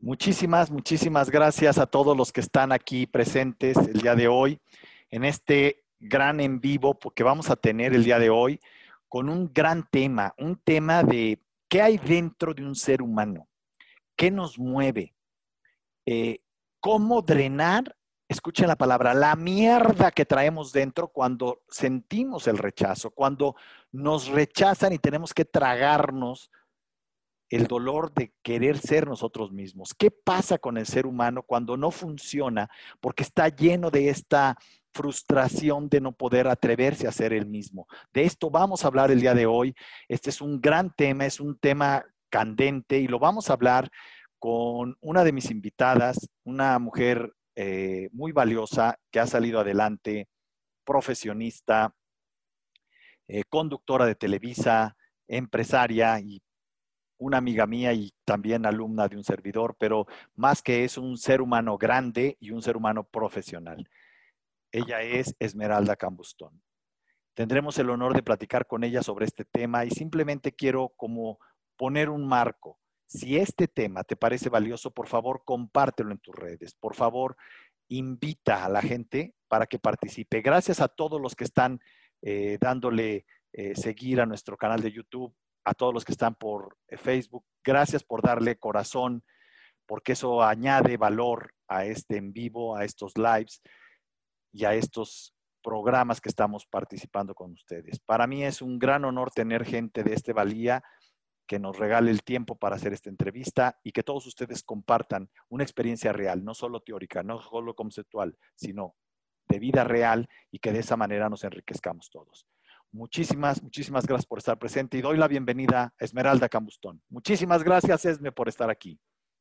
Muchísimas gracias a todos los que están aquí presentes el día de hoy en este gran en vivo que vamos a tener el día de hoy con un tema de qué hay dentro de un ser humano, qué nos mueve, eh, cómo drenar, escuchen la palabra, la mierda que traemos dentro cuando sentimos el rechazo, cuando nos rechazan y tenemos que tragarnos el dolor de querer ser nosotros mismos. ¿Qué pasa con el ser humano cuando no funciona? Porque está lleno de esta frustración de no poder atreverse a ser el mismo. De esto vamos a hablar el día de hoy. Este es un gran tema, es un tema candente y lo vamos a hablar con una de mis invitadas, una mujer muy valiosa que ha salido adelante, profesionista, conductora de Televisa, empresaria y una amiga mía y también alumna de un servidor, pero más que es un ser humano grande y un ser humano profesional. Ella es Esmeralda Cambustón. Tendremos el honor de platicar con ella sobre este tema y simplemente quiero como poner un marco. Si este tema te parece valioso, por favor, compártelo en tus redes. Por favor, invita a la gente para que participe. Gracias a todos los que están dándole seguir a nuestro canal de YouTube, a todos los que están por Facebook. Gracias por darle corazón, porque eso añade valor a este en vivo, a estos lives y a estos programas que estamos participando con ustedes. Para mí es un gran honor tener gente de este valía que nos regale el tiempo para hacer esta entrevista y que todos ustedes compartan una experiencia real, no solo teórica, no solo conceptual, sino de vida real y que de esa manera nos enriquezcamos todos. Muchísimas gracias por estar presente y doy la bienvenida a Esmeralda Cambustón. Muchísimas gracias, Esme, por estar aquí.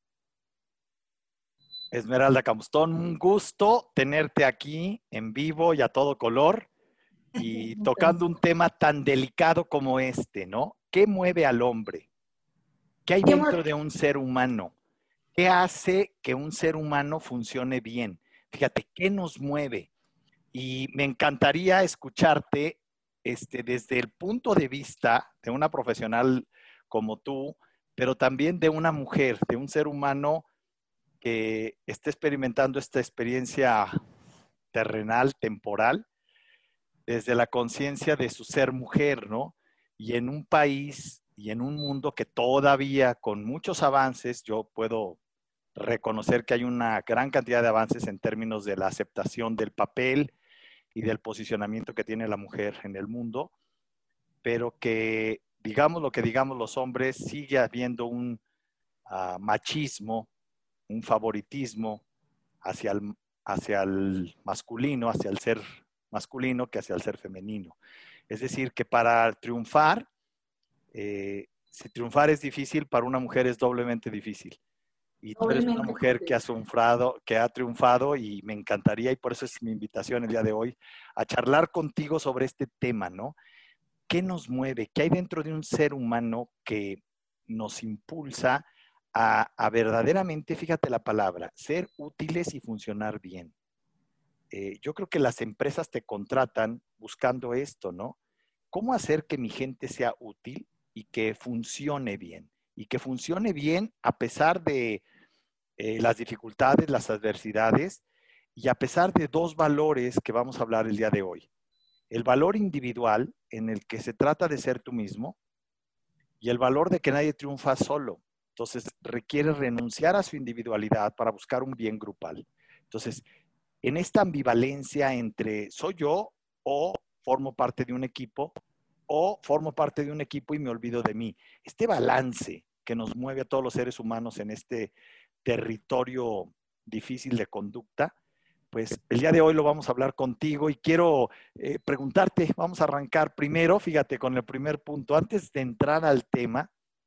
Esmeralda Cambustón, un gusto tenerte aquí en vivo y a todo color y tocando un tema tan delicado como este, ¿no? ¿Qué mueve al hombre? ¿Qué hay dentro de un ser humano? ¿Qué hace que un ser humano funcione bien? Fíjate, ¿qué nos mueve? Y me encantaría escucharte desde el punto de vista de una profesional como tú, pero también de una mujer, de un ser humano que esté experimentando esta experiencia terrenal, temporal, desde la conciencia de su ser mujer, ¿no? Y en un país y en un mundo que todavía con muchos avances, yo puedo reconocer que hay una gran cantidad de avances en términos de la aceptación del papel y del posicionamiento que tiene la mujer en el mundo, pero que digamos lo que digamos los hombres, sigue habiendo un machismo, un favoritismo hacia hacia el masculino, hacia el ser masculino que hacia el ser femenino. Es decir, que para triunfar, si triunfar es difícil, para una mujer es doblemente difícil. Y tú eres una mujer que ha triunfado y me encantaría, y por eso es mi invitación el día de hoy, a charlar contigo sobre este tema, ¿no? ¿Qué nos mueve? ¿Qué hay dentro de un ser humano que nos impulsa a verdaderamente, fíjate la palabra, ser útiles y funcionar bien? Yo creo que las empresas te contratan buscando esto, ¿no? ¿Cómo hacer que mi gente sea útil y que funcione bien? Y que funcione bien a pesar de las dificultades, las adversidades y a pesar de dos valores que vamos a hablar el día de hoy. El valor individual, en el que se trata de ser tú mismo, y el valor de que nadie triunfa solo. Entonces, requiere renunciar a su individualidad para buscar un bien grupal. Entonces, en esta ambivalencia entre soy yo o formo parte de un equipo o formo parte de un equipo y me olvido de mí. Este balance que nos mueve a todos los seres humanos en este territorio difícil de conducta, pues el día de hoy lo vamos a hablar contigo y quiero preguntarte, vamos a arrancar primero, fíjate, con el primer punto. Antes de entrar al tema,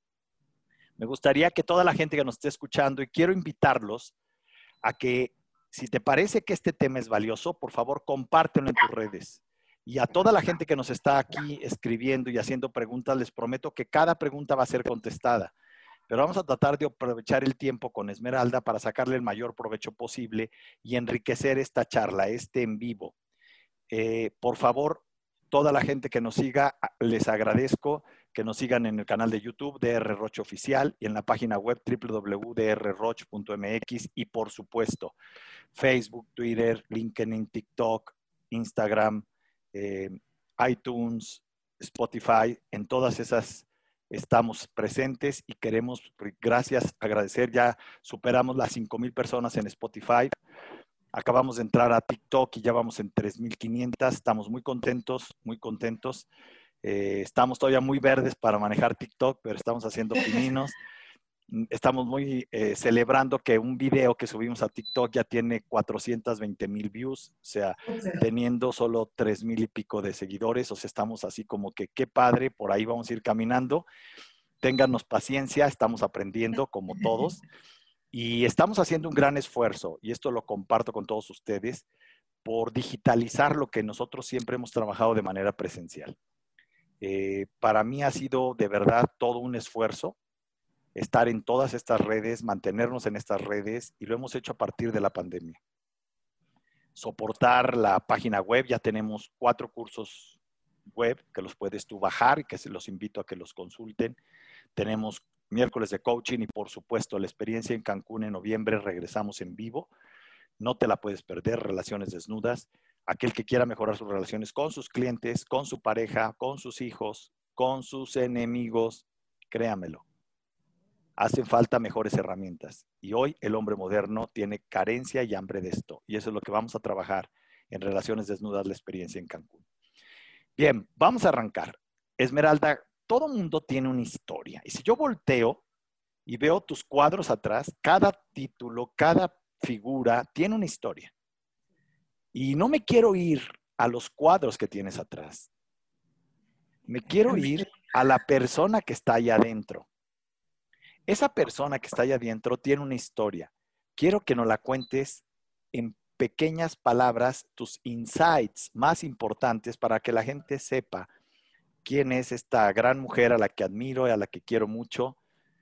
me gustaría que toda la gente que nos esté escuchando, y quiero invitarlos a que, si te parece que este tema es valioso, por favor, compártelo en tus redes. Y a toda la gente que nos está aquí escribiendo y haciendo preguntas, les prometo que cada pregunta va a ser contestada. Pero vamos a tratar de aprovechar el tiempo con Esmeralda para sacarle el mayor provecho posible y enriquecer esta charla, este en vivo. Por favor, toda la gente que nos siga, les agradezco que nos sigan en el canal de YouTube DR Roche Oficial y en la página web www.drroche.mx y por supuesto Facebook, Twitter, LinkedIn, TikTok, Instagram, iTunes, Spotify, en todas esas estamos presentes y queremos, gracias, agradecer, ya superamos las 5,000 personas en Spotify, acabamos de entrar a TikTok y ya vamos en 3,500, estamos muy contentos, muy contentos. Estamos todavía muy verdes para manejar TikTok, pero estamos haciendo pininos. Estamos muy celebrando que un video que subimos a TikTok ya tiene 420,000 views, o sea, teniendo solo 3,000 y pico de seguidores, o sea, estamos así como que qué padre, por ahí vamos a ir caminando. Téngannos paciencia, estamos aprendiendo como todos y estamos haciendo un gran esfuerzo, y esto lo comparto con todos ustedes, por digitalizar lo que nosotros siempre hemos trabajado de manera presencial. Para mí ha sido de verdad todo un esfuerzo estar en todas estas redes, mantenernos en estas redes, y lo hemos hecho a partir de la pandemia. Soportar la página web, ya tenemos 4 cursos web que los puedes tú bajar y que se los invito a que los consulten. Tenemos miércoles de coaching y por supuesto la experiencia en Cancún en noviembre, regresamos en vivo. No te la puedes perder, Relaciones Desnudas. Aquel que quiera mejorar sus relaciones con sus clientes, con su pareja, con sus hijos, con sus enemigos, créamelo, hacen falta mejores herramientas. Y hoy el hombre moderno tiene carencia y hambre de esto. Y eso es lo que vamos a trabajar en Relaciones Desnudas, la experiencia en Cancún. Bien, vamos a arrancar. Esmeralda, todo mundo tiene una historia. Y si yo volteo y veo tus cuadros atrás, cada título, cada figura tiene una historia. Y no me quiero ir a los cuadros que tienes atrás. Me quiero ir a la persona que está allá adentro. Esa persona que está allá adentro tiene una historia. Quiero que nos la cuentes en pequeñas palabras, tus insights más importantes para que la gente sepa quién es esta gran mujer a la que admiro y a la que quiero mucho,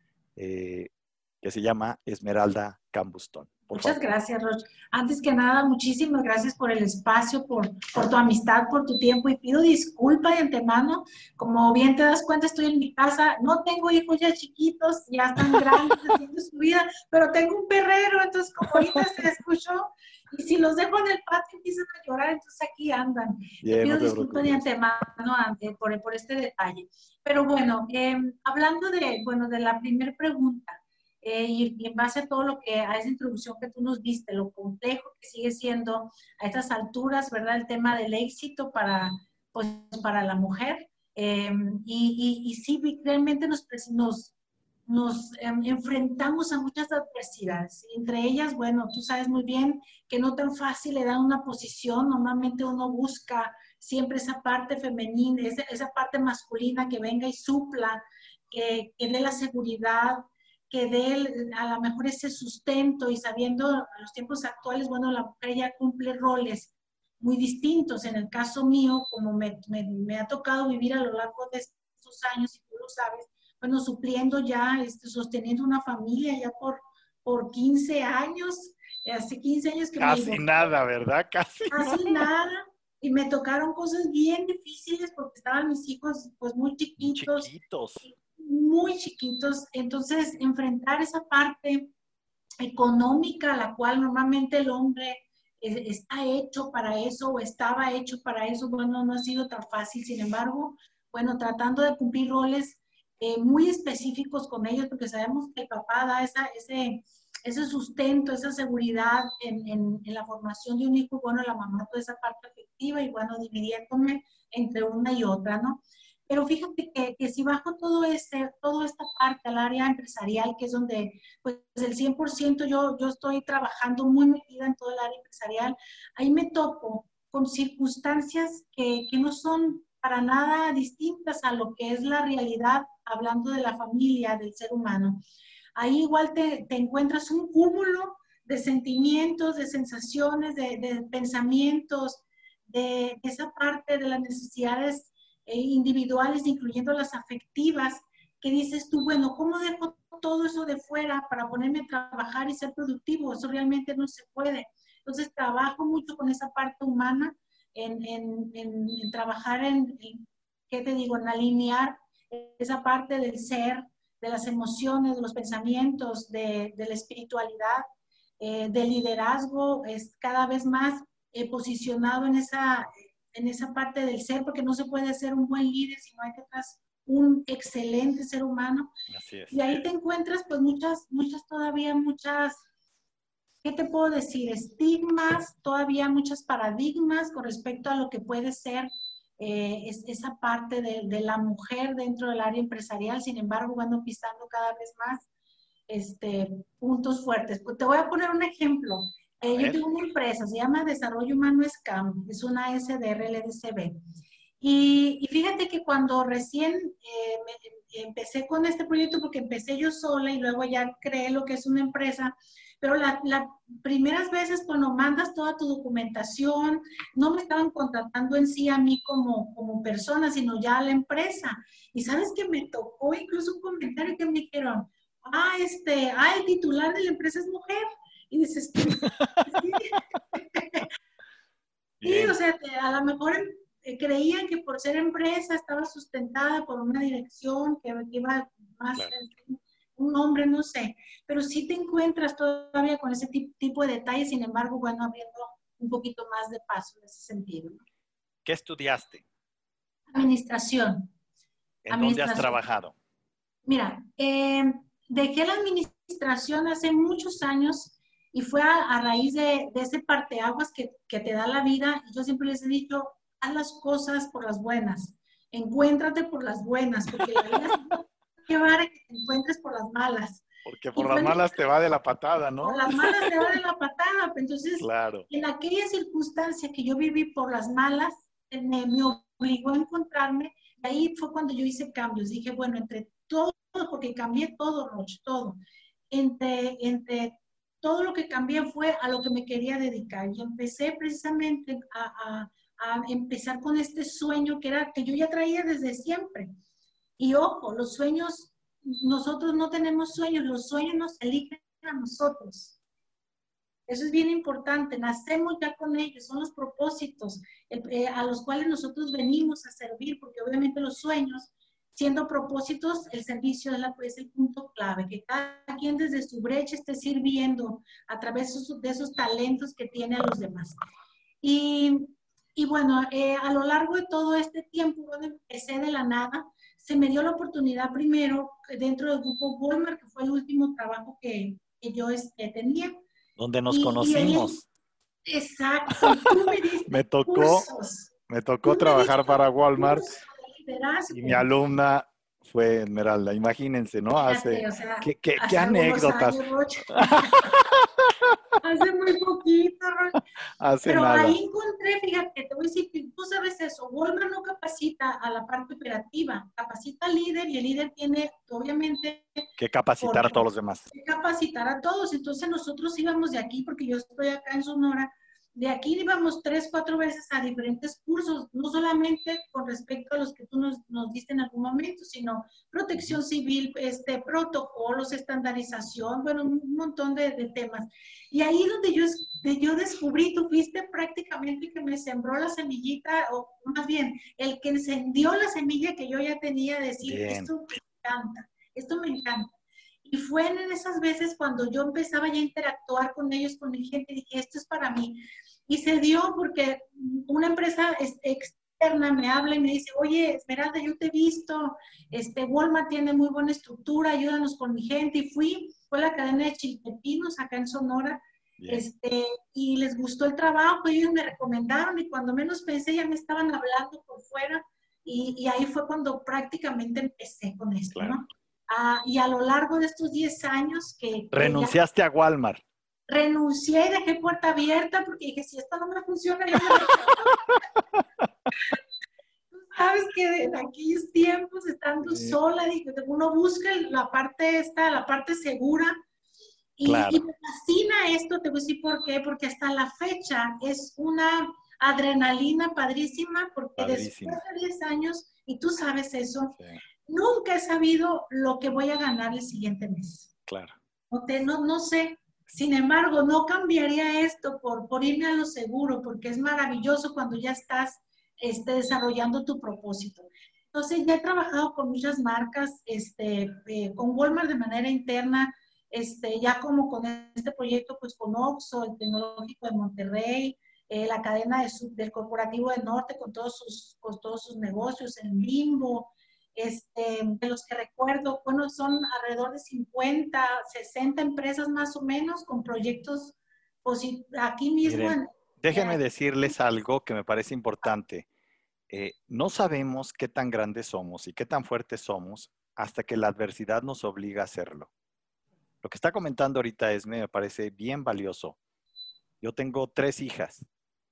que se llama Esmeralda Cambustón. Muchas gracias, Roche. Antes que nada, muchísimas gracias por el espacio, por tu amistad, por tu tiempo, y pido disculpa de antemano. Como bien te das cuenta, estoy en mi casa, no tengo hijos ya chiquitos, ya están grandes haciendo su vida, pero tengo un perrero, entonces como ahorita se escuchó, y si los dejo en el patio empiezan a llorar, entonces aquí andan. Te pido disculpa de antemano por este detalle. Pero bueno, hablando de la primera pregunta, y en base a todo lo que, a esa introducción que tú nos diste, lo complejo que sigue siendo a estas alturas, ¿verdad? El tema del éxito pues, para la mujer. Y sí, realmente nos enfrentamos a muchas adversidades. Entre ellas, bueno, tú sabes muy bien que no tan fácil le dan una posición. Normalmente uno busca siempre esa parte femenina, esa parte masculina que venga y supla, que dé la seguridad, que dé a lo mejor ese sustento, y sabiendo a los tiempos actuales, bueno, la mujer ya cumple roles muy distintos. En el caso mío, como me ha tocado vivir a lo largo de estos años, y tú lo sabes, bueno, supliendo ya, sosteniendo una familia ya por 15 años, hace 15 años que me divorcié. Casi nada, ¿verdad? Casi nada. Y me tocaron cosas bien difíciles porque estaban mis hijos pues muy chiquitos. Muy chiquitos. Entonces, enfrentar esa parte económica, la cual normalmente el hombre está hecho para eso o estaba hecho para eso, bueno, no ha sido tan fácil. Sin embargo, bueno, tratando de cumplir roles muy específicos con ellos, porque sabemos que el papá da ese sustento, esa seguridad en la formación de un hijo, y bueno, la mamá toda esa parte afectiva, y bueno, dividiéndome entre una y otra, ¿no? Pero fíjate que si bajo toda esta parte al área empresarial, que es donde pues el 100% yo estoy trabajando muy metida en todo el área empresarial, ahí me topo con circunstancias que no son para nada distintas a lo que es la realidad, hablando de la familia, del ser humano. Ahí igual te encuentras un cúmulo de sentimientos, de sensaciones, de pensamientos, de esa parte de las necesidades individuales, incluyendo las afectivas, que dices tú, bueno, ¿cómo dejo todo eso de fuera para ponerme a trabajar y ser productivo? Eso realmente no se puede. Entonces trabajo mucho con esa parte humana, en trabajar ¿qué te digo?, en alinear esa parte del ser, de las emociones, de los pensamientos, de la espiritualidad, del liderazgo, es cada vez más posicionado en esa parte del ser, porque no se puede ser un buen líder si no hay detrás un excelente ser humano. Así es. Y ahí te encuentras pues todavía muchas, ¿qué te puedo decir? Estigmas, todavía muchos paradigmas con respecto a lo que puede ser esa parte de la mujer dentro del área empresarial. Sin embargo, van pisando cada vez más puntos fuertes. Pues te voy a poner un ejemplo. Yo tengo una empresa, se llama Desarrollo Humano SCAM, es una SDR-LDCB. Y fíjate que cuando recién empecé con este proyecto, porque empecé yo sola y luego ya creé lo que es una empresa, pero las primeras veces cuando mandas toda tu documentación, no me estaban contratando en sí a mí como persona, sino ya a la empresa. Y sabes que me tocó incluso un comentario que me dijeron, el titular de la empresa es mujer. Y dices tú, sí. Sí, o sea, a lo mejor creían que por ser empresa estaba sustentada por una dirección que iba más, Claro. un hombre, no sé, pero sí te encuentras todavía con ese tipo de detalles, sin embargo, bueno, abriendo un poquito más de paso en ese sentido, ¿no? ¿Qué estudiaste? Administración. ¿En dónde has trabajado? Mira, dejé la administración hace muchos años y fue a raíz de ese parteaguas que te da la vida. Yo siempre les he dicho, haz las cosas por las buenas, encuéntrate por las buenas, porque la vida se va a llevar a que te encuentres por las malas. Porque por las malas te va de la patada, ¿no? Por las malas te va de la patada. Entonces, claro. En aquella circunstancia que yo viví por las malas, me obligó a encontrarme. Y ahí fue cuando yo hice cambios. Dije, bueno, entre todo, porque cambié todo, Roch, todo. Entre todo lo que cambié fue a lo que me quería dedicar. Y empecé precisamente a empezar con este sueño que yo ya traía desde siempre. Y ojo, los sueños, nosotros no tenemos sueños, los sueños nos eligen a nosotros. Eso es bien importante, nacemos ya con ellos, son los propósitos a los cuales nosotros venimos a servir, porque obviamente los sueños, siendo propósitos, el servicio es el punto clave, que cada quien desde su brecha esté sirviendo a través de esos talentos que tiene a los demás. Y bueno, a lo largo de todo este tiempo, cuando empecé de la nada, se me dio la oportunidad primero dentro del grupo Walmart, que fue el último trabajo que yo tenía. Donde nos conocimos. Exacto, y tú me diste me tocó trabajar para Walmart y mi alumna fue Esmeralda, imagínense, ¿no? Fíjate, o sea, ¿Qué anécdotas? Años, hace muy poquito, Pero nada. Ahí encontré, fíjate, te voy a decir que tú sabes eso, Walmart no capacita a la parte operativa, capacita al líder y el líder tiene, obviamente, que capacitar a todos los demás. Que capacitar a todos. Entonces nosotros íbamos de aquí, porque yo estoy acá en Sonora, de aquí íbamos 3, 4 veces a diferentes cursos, no solamente con respecto a los que tú nos diste en algún momento, sino protección civil, protocolos, estandarización, bueno, un montón de temas. Y ahí donde yo descubrí, tú fuiste prácticamente el que me sembró la semillita, o más bien, el que encendió la semilla que yo ya tenía de decir, esto me encanta, esto me encanta. Y fue en esas veces cuando yo empezaba ya a interactuar con ellos, con mi gente, y dije, esto es para mí. Y se dio porque una empresa externa me habla y me dice, oye, Esmeralda, yo te he visto, Walmart tiene muy buena estructura, ayúdanos con mi gente. Y fue la cadena de Chiltepinos acá en Sonora, y les gustó el trabajo, ellos me recomendaron, y cuando menos pensé ya me estaban hablando por fuera, y ahí fue cuando prácticamente empecé con esto, claro, ¿no? Y a lo largo de estos 10 años que ¿Renunciaste a Walmart? Renuncié y dejé puerta abierta porque dije, si esto no me funciona, yo me Tú sabes que en aquellos tiempos, estando sola, dije, uno busca la parte segura. Claro. Y me fascina esto, te voy a decir por qué, porque hasta la fecha es una adrenalina padrísima, porque después de 10 años, y tú sabes eso, nunca he sabido lo que voy a ganar el siguiente mes. Claro. No sé. Sin embargo, no cambiaría esto por irme a lo seguro, porque es maravilloso cuando ya estás desarrollando tu propósito. Entonces, ya he trabajado con muchas marcas, con Walmart de manera interna, ya como con este proyecto, pues con Oxxo, el Tecnológico de Monterrey, la cadena del Corporativo del Norte con todos sus negocios, en Bimbo, de los que recuerdo, bueno, son alrededor de 50, 60 empresas más o menos con proyectos aquí mismo Miren, déjenme aquí. decirles algo que me parece importante. No sabemos qué tan grandes somos y qué tan fuertes somos hasta que la adversidad nos obliga a hacerlo. Lo que está comentando ahorita Esme me parece bien valioso. Yo tengo 3 hijas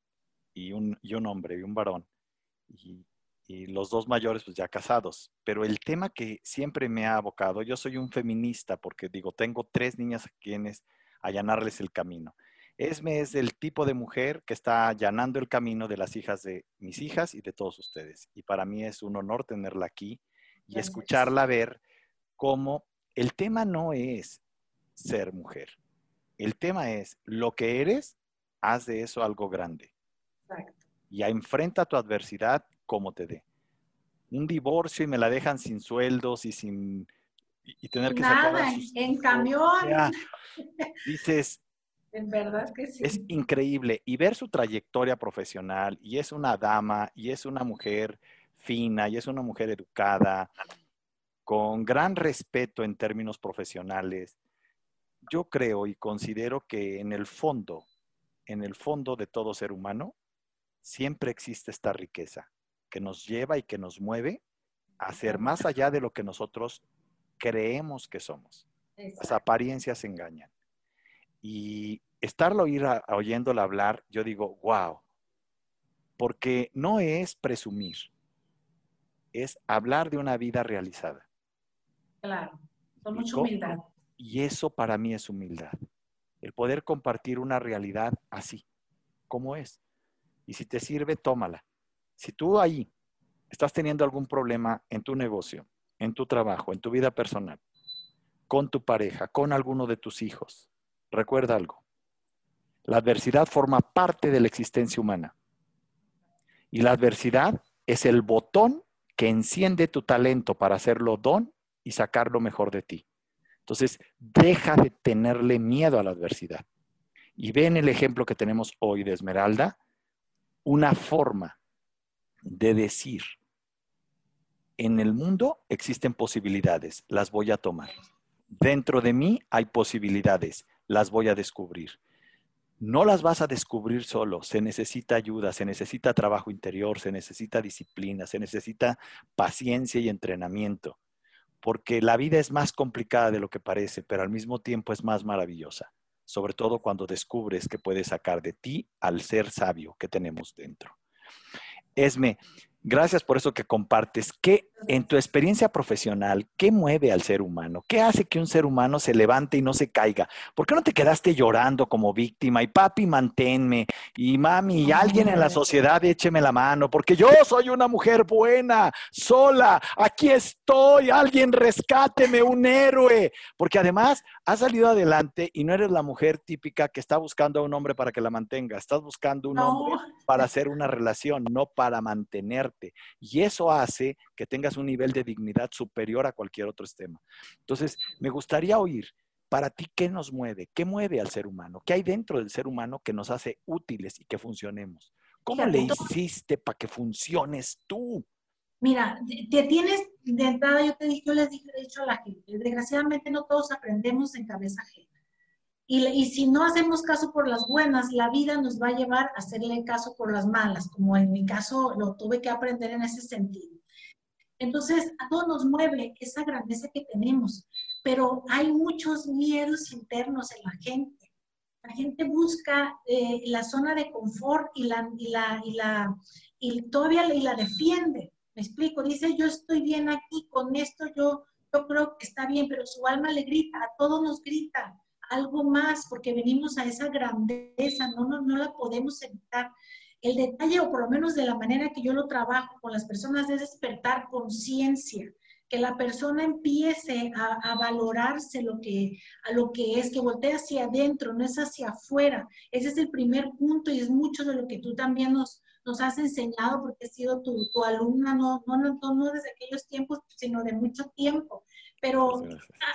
y un hombre y un varón. Y, y los 2 mayores pues ya casados. Pero el tema que siempre me ha abocado, yo soy un feminista porque digo, tengo 3 niñas a quienes allanarles el camino. Esme es el tipo de mujer que está allanando el camino de las hijas de mis hijas y de todos ustedes. Y para mí es un honor tenerla aquí y Gracias. escucharla ver cómo el tema no es ser mujer. El tema es lo que eres, haz de eso algo grande. Exacto. Y enfrenta tu adversidad como te dé. Un divorcio y me la dejan sin sueldos y tener Y que sacar a nada, sus en hijos. O camión, sea, dices, en verdad que es sí. increíble. Y ver su trayectoria profesional, y es una dama, y es una mujer fina, y es una mujer educada, con gran respeto en términos profesionales. Yo creo y considero que en el fondo de todo ser humano, siempre existe esta riqueza que nos lleva y que nos mueve a ser más allá de lo que nosotros creemos que somos. Las Exacto. apariencias engañan. Y estarlo oyéndola hablar, yo digo, wow, porque no es presumir, es hablar de una vida realizada. Claro, con mucha ¿Explico? humildad. Y eso para mí es humildad. El poder compartir una realidad así, como es. Y si te sirve, tómala. Si tú ahí estás teniendo algún problema en tu negocio, en tu trabajo, en tu vida personal, con tu pareja, con alguno de tus hijos, recuerda algo. La adversidad forma parte de la existencia humana. Y la adversidad es el botón que enciende tu talento para hacerlo don y sacar lo mejor de ti. Entonces, deja de tenerle miedo a la adversidad. Y ve en el ejemplo que tenemos hoy de Esmeralda, una forma de decir, en el mundo existen posibilidades, las voy a tomar. Dentro de mí hay posibilidades, las voy a descubrir. No las vas a descubrir solo, se necesita ayuda, se necesita trabajo interior, se necesita disciplina, se necesita paciencia y entrenamiento, porque la vida es más complicada de lo que parece, pero al mismo tiempo es más maravillosa, sobre todo cuando descubres que puedes sacar de ti al ser sabio que tenemos dentro. Esme, gracias por eso que compartes. ¿Qué, en tu experiencia profesional, qué mueve al ser humano? ¿Qué hace que un ser humano se levante y no se caiga? ¿Por qué no te quedaste llorando como víctima? Y papi, manténme. Y mami, y alguien en la sociedad, écheme la mano, porque yo soy una mujer buena, sola. Aquí estoy. Alguien rescáteme, un héroe. Porque además has salido adelante y no eres la mujer típica que está buscando a un hombre para que la mantenga. Estás buscando un hombre No, para hacer una relación, no para mantenerte. Y eso hace que tengas un nivel de dignidad superior a cualquier otro tema. Entonces, me gustaría oír, para ti, ¿qué nos mueve? ¿Qué mueve al ser humano? ¿Qué hay dentro del ser humano que nos hace útiles y que funcionemos? ¿Cómo le fíjate, hiciste para que funciones tú? mira, te tienes, de entrada yo les dije, he dicho a la gente, desgraciadamente no todos aprendemos en cabeza ajena. Y si no hacemos caso por las buenas, la vida nos va a llevar a hacerle caso por las malas, como en mi caso lo tuve que aprender en ese sentido. Entonces, a todos nos mueve esa grandeza que tenemos, pero hay muchos miedos internos en la gente. La gente busca la zona de confort y todavía la defiende. Me explico, dice, yo estoy bien aquí, con esto yo creo que está bien, pero su alma le grita, a todos nos grita algo más, porque venimos a esa grandeza, no la podemos evitar. El detalle, o por lo menos de la manera que yo lo trabajo con las personas, es despertar conciencia, que la persona empiece a valorarse a lo que es, que voltee hacia adentro, no es hacia afuera. Ese es el primer punto y es mucho de lo que tú también nos has enseñado porque has sido tu alumna, no desde aquellos tiempos, sino de mucho tiempo. Pero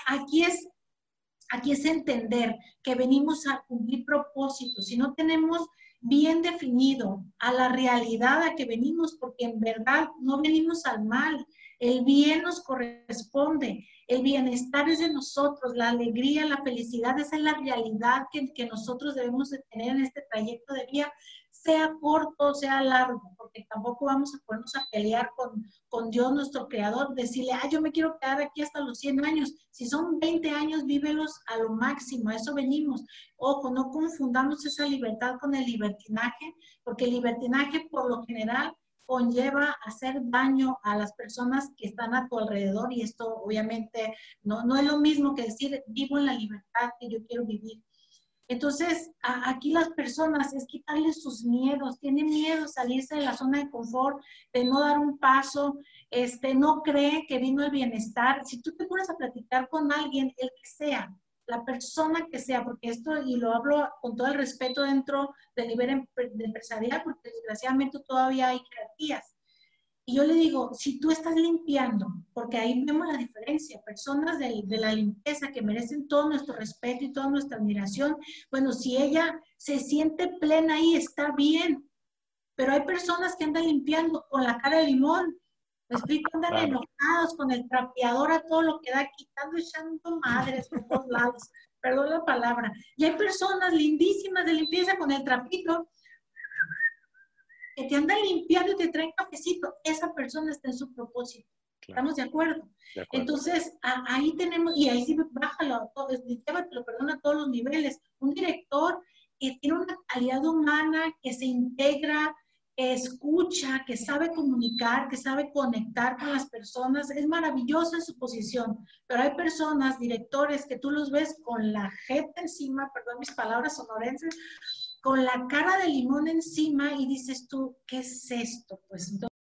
aquí es entender que venimos a cumplir propósitos. Si no tenemos bien definido a la realidad a que venimos, porque en verdad no venimos al mal, el bien nos corresponde, el bienestar es de nosotros, la alegría, la felicidad, esa es la realidad que nosotros debemos de tener en este trayecto de vida, sea corto, sea largo, porque tampoco vamos a ponernos a pelear con Dios, nuestro creador, decirle, yo me quiero quedar aquí hasta los 100 años. Si son 20 años, vívelos a lo máximo, a eso venimos. Ojo, no confundamos esa libertad con el libertinaje, porque el libertinaje por lo general conlleva hacer daño a las personas que están a tu alrededor, y esto obviamente no es lo mismo que decir, vivo en la libertad que yo quiero vivir. Entonces, aquí las personas es quitarles sus miedos, tienen miedo a salirse de la zona de confort, de no dar un paso, no cree que vino el bienestar. Si tú te pones a platicar con alguien, el que sea, la persona que sea, porque esto, y lo hablo con todo el respeto dentro del nivel empresarial, porque desgraciadamente todavía hay jerarquías. Y yo le digo, si tú estás limpiando, porque ahí vemos la diferencia, personas de la limpieza que merecen todo nuestro respeto y toda nuestra admiración, bueno, si ella se siente plena ahí, está bien, pero hay personas que andan limpiando con la cara de limón, me explico, andan enojados con el trapeador a todo lo que da, quitando, echando madres por todos lados, perdón la palabra, y hay personas lindísimas de limpieza con el trapito, que te andan limpiando y te traen cafecito, esa persona está en su propósito. Claro. ¿Estamos de acuerdo? De acuerdo. Entonces, ahí tenemos, y ahí sí bájalo, llévatelo, perdón, a todos los niveles. Un director que tiene una calidad humana, que se integra, que escucha, que sabe comunicar, que sabe conectar con las personas, es maravilloso en su posición. Pero hay personas, directores, que tú los ves con la jeta encima, perdón mis palabras sonorenses, con la cara de limón encima, y dices tú, ¿qué es esto? Pues entonces,